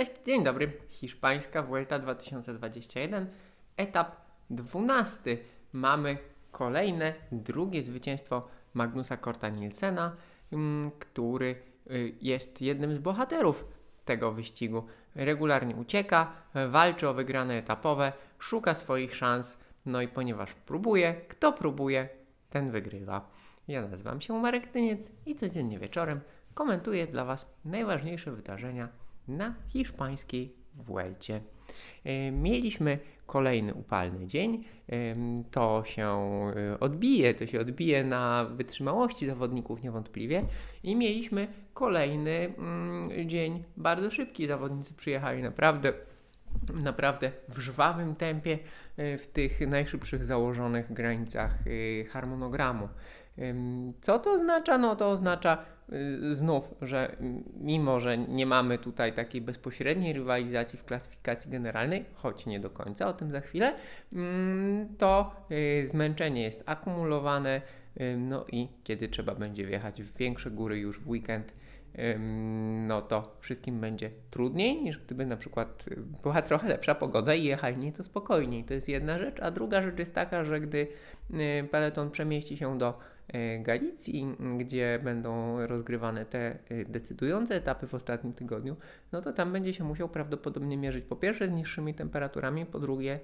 Cześć, dzień dobry. Hiszpańska Vuelta 2021, etap 12. Mamy kolejne, drugie zwycięstwo Magnusa Korta Nielsena, który jest jednym z bohaterów tego wyścigu. Regularnie ucieka, walczy o wygrane etapowe, szuka swoich szans, no i ponieważ próbuje, kto próbuje, ten wygrywa. Ja nazywam się Marek Tyniec i codziennie wieczorem komentuję dla Was najważniejsze wydarzenia na hiszpańskiej Vuelcie. Mieliśmy kolejny upalny dzień. To się odbije na wytrzymałości zawodników niewątpliwie. I mieliśmy kolejny dzień bardzo szybki. Zawodnicy przyjechali naprawdę w żwawym tempie w tych najszybszych założonych granicach harmonogramu. Co to oznacza? No to oznacza znów, że mimo, że nie mamy tutaj takiej bezpośredniej rywalizacji w klasyfikacji generalnej, choć nie do końca, o tym za chwilę, to zmęczenie jest akumulowane, no i kiedy trzeba będzie wjechać w większe góry już w weekend, no to wszystkim będzie trudniej niż gdyby na przykład była trochę lepsza pogoda i jechali nieco spokojniej. To jest jedna rzecz, a druga rzecz jest taka, że gdy peloton przemieści się do Galicji, gdzie będą rozgrywane te decydujące etapy w ostatnim tygodniu, no to tam będzie się musiał prawdopodobnie mierzyć po pierwsze z niższymi temperaturami, po drugie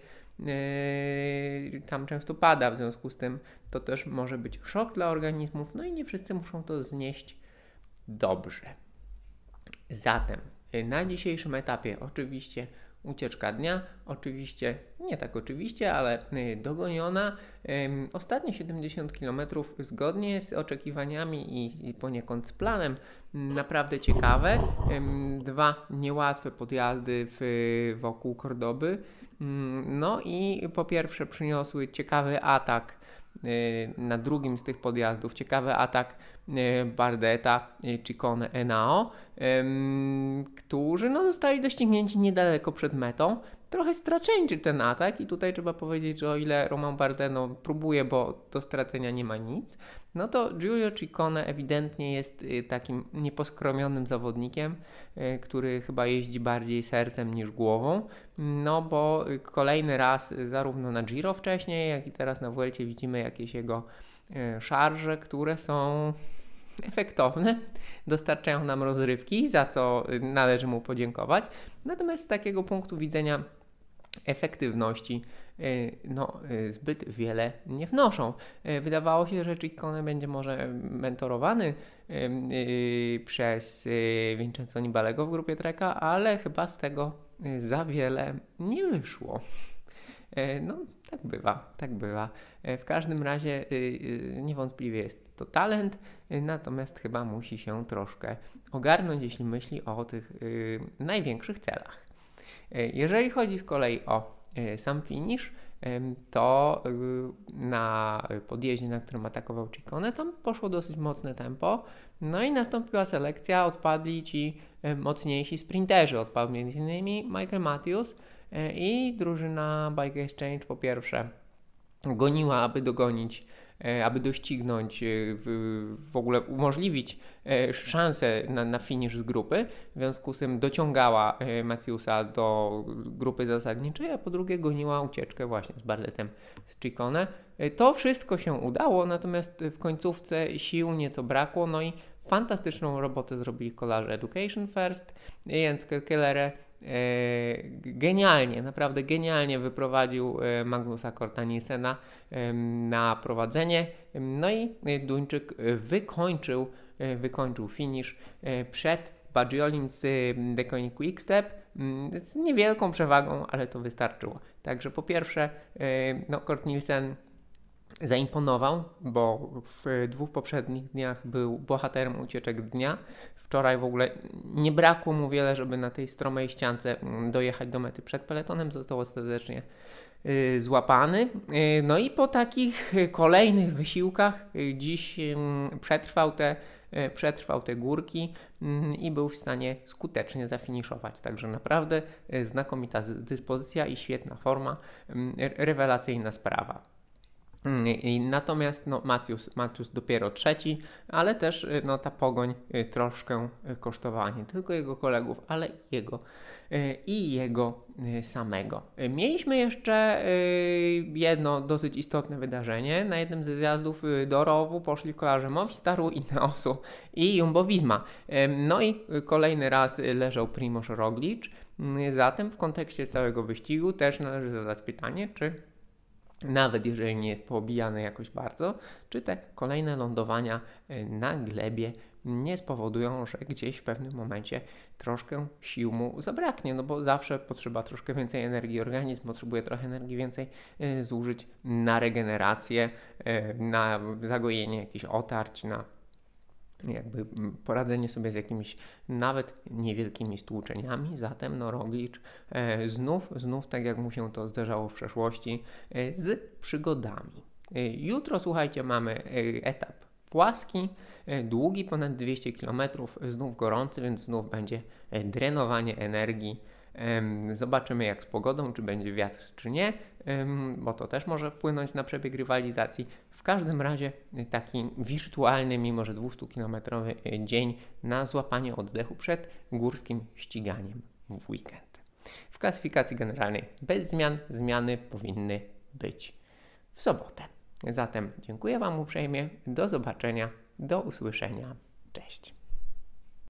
tam często pada, w związku z tym to też może być szok dla organizmów, no i nie wszyscy muszą to znieść dobrze. Zatem na dzisiejszym etapie oczywiście ucieczka dnia, oczywiście, nie tak oczywiście, ale dogoniona. Ostatnie 70 km zgodnie z oczekiwaniami i poniekąd z planem naprawdę ciekawe. Dwa niełatwe podjazdy wokół Kordoby. No i po pierwsze przyniosły ciekawy atak na drugim z tych podjazdów, ciekawy atak Bardeta, Ciccone, Henao, którzy zostali doścignięci niedaleko przed metą. Trochę straceńczy ten atak i tutaj trzeba powiedzieć, że o ile Romain Bardet próbuje, bo do stracenia nie ma nic, no to Giulio Ciccone ewidentnie jest takim nieposkromionym zawodnikiem, który chyba jeździ bardziej sercem niż głową, no bo kolejny raz zarówno na Giro wcześniej, jak i teraz na Vuelcie widzimy jakieś jego szarże, które są efektowne, dostarczają nam rozrywki, za co należy mu podziękować. Natomiast z takiego punktu widzenia efektywności zbyt wiele nie wnoszą. Wydawało się, że Ciccone będzie może mentorowany przez Vincenzo Nibalego w grupie Treka, ale chyba z tego za wiele nie wyszło. No, tak bywa. W każdym razie niewątpliwie jest to talent, natomiast chyba musi się troszkę ogarnąć, jeśli myśli o tych największych celach. Jeżeli chodzi z kolei o sam finish, to na podjeździe, na którym atakował Ciccone, tam poszło dosyć mocne tempo, no i nastąpiła selekcja, odpadli ci mocniejsi sprinterzy, odpadł m.in. Michael Matthews i drużyna Bike Exchange po pierwsze goniła, aby dogonić, aby doścignąć, w ogóle umożliwić szansę na finisz z grupy. W związku z tym dociągała Matthewsa do grupy zasadniczej, a po drugie goniła ucieczkę właśnie z Bardetem, z Ciccone. To wszystko się udało, natomiast w końcówce sił nieco brakło, no i fantastyczną robotę zrobili kolarze Education First. Jens Kelkelere naprawdę genialnie wyprowadził Magnusa Korta Nielsena na prowadzenie, no i Duńczyk wykończył finish przed Bagiolim z Deceuninck Quick-Step z niewielką przewagą, ale to wystarczyło. Także po pierwsze Kort Nielsen zaimponował, bo w dwóch poprzednich dniach był bohaterem ucieczek dnia. Wczoraj w ogóle nie brakło mu wiele, żeby na tej stromej ściance dojechać do mety przed peletonem. Został ostatecznie złapany. No i po takich kolejnych wysiłkach dziś przetrwał te górki i był w stanie skutecznie zafiniszować. Także naprawdę znakomita dyspozycja i świetna forma, rewelacyjna sprawa. Natomiast Matthews dopiero trzeci, ale też ta pogoń troszkę kosztowała nie tylko jego kolegów, ale i jego samego. Mieliśmy jeszcze jedno dosyć istotne wydarzenie. Na jednym ze zjazdów do rowu poszli kolarze Movistaru, Ineosu i Jumbo-Visma. No i kolejny raz leżał Primož Roglič. Zatem w kontekście całego wyścigu też należy zadać pytanie, czy nawet jeżeli nie jest poobijany jakoś bardzo, czy te kolejne lądowania na glebie nie spowodują, że gdzieś w pewnym momencie troszkę sił mu zabraknie, no bo zawsze potrzeba troszkę więcej energii, organizm potrzebuje trochę energii więcej zużyć na regenerację, na zagojenie jakichś otarć, na jakby poradzenie sobie z jakimiś nawet niewielkimi stłuczeniami. Zatem Roglič znów tak jak mu się to zdarzało w przeszłości, z przygodami. Jutro, słuchajcie, mamy etap płaski, długi, ponad 200 km, znów gorący, więc znów będzie drenowanie energii. Zobaczymy jak z pogodą, czy będzie wiatr, czy nie, bo to też może wpłynąć na przebieg rywalizacji. W każdym razie taki wirtualny, mimo że 200-kilometrowy dzień na złapanie oddechu przed górskim ściganiem w weekend. W klasyfikacji generalnej bez zmian, zmiany powinny być w sobotę. Zatem dziękuję Wam uprzejmie, do zobaczenia, do usłyszenia, cześć.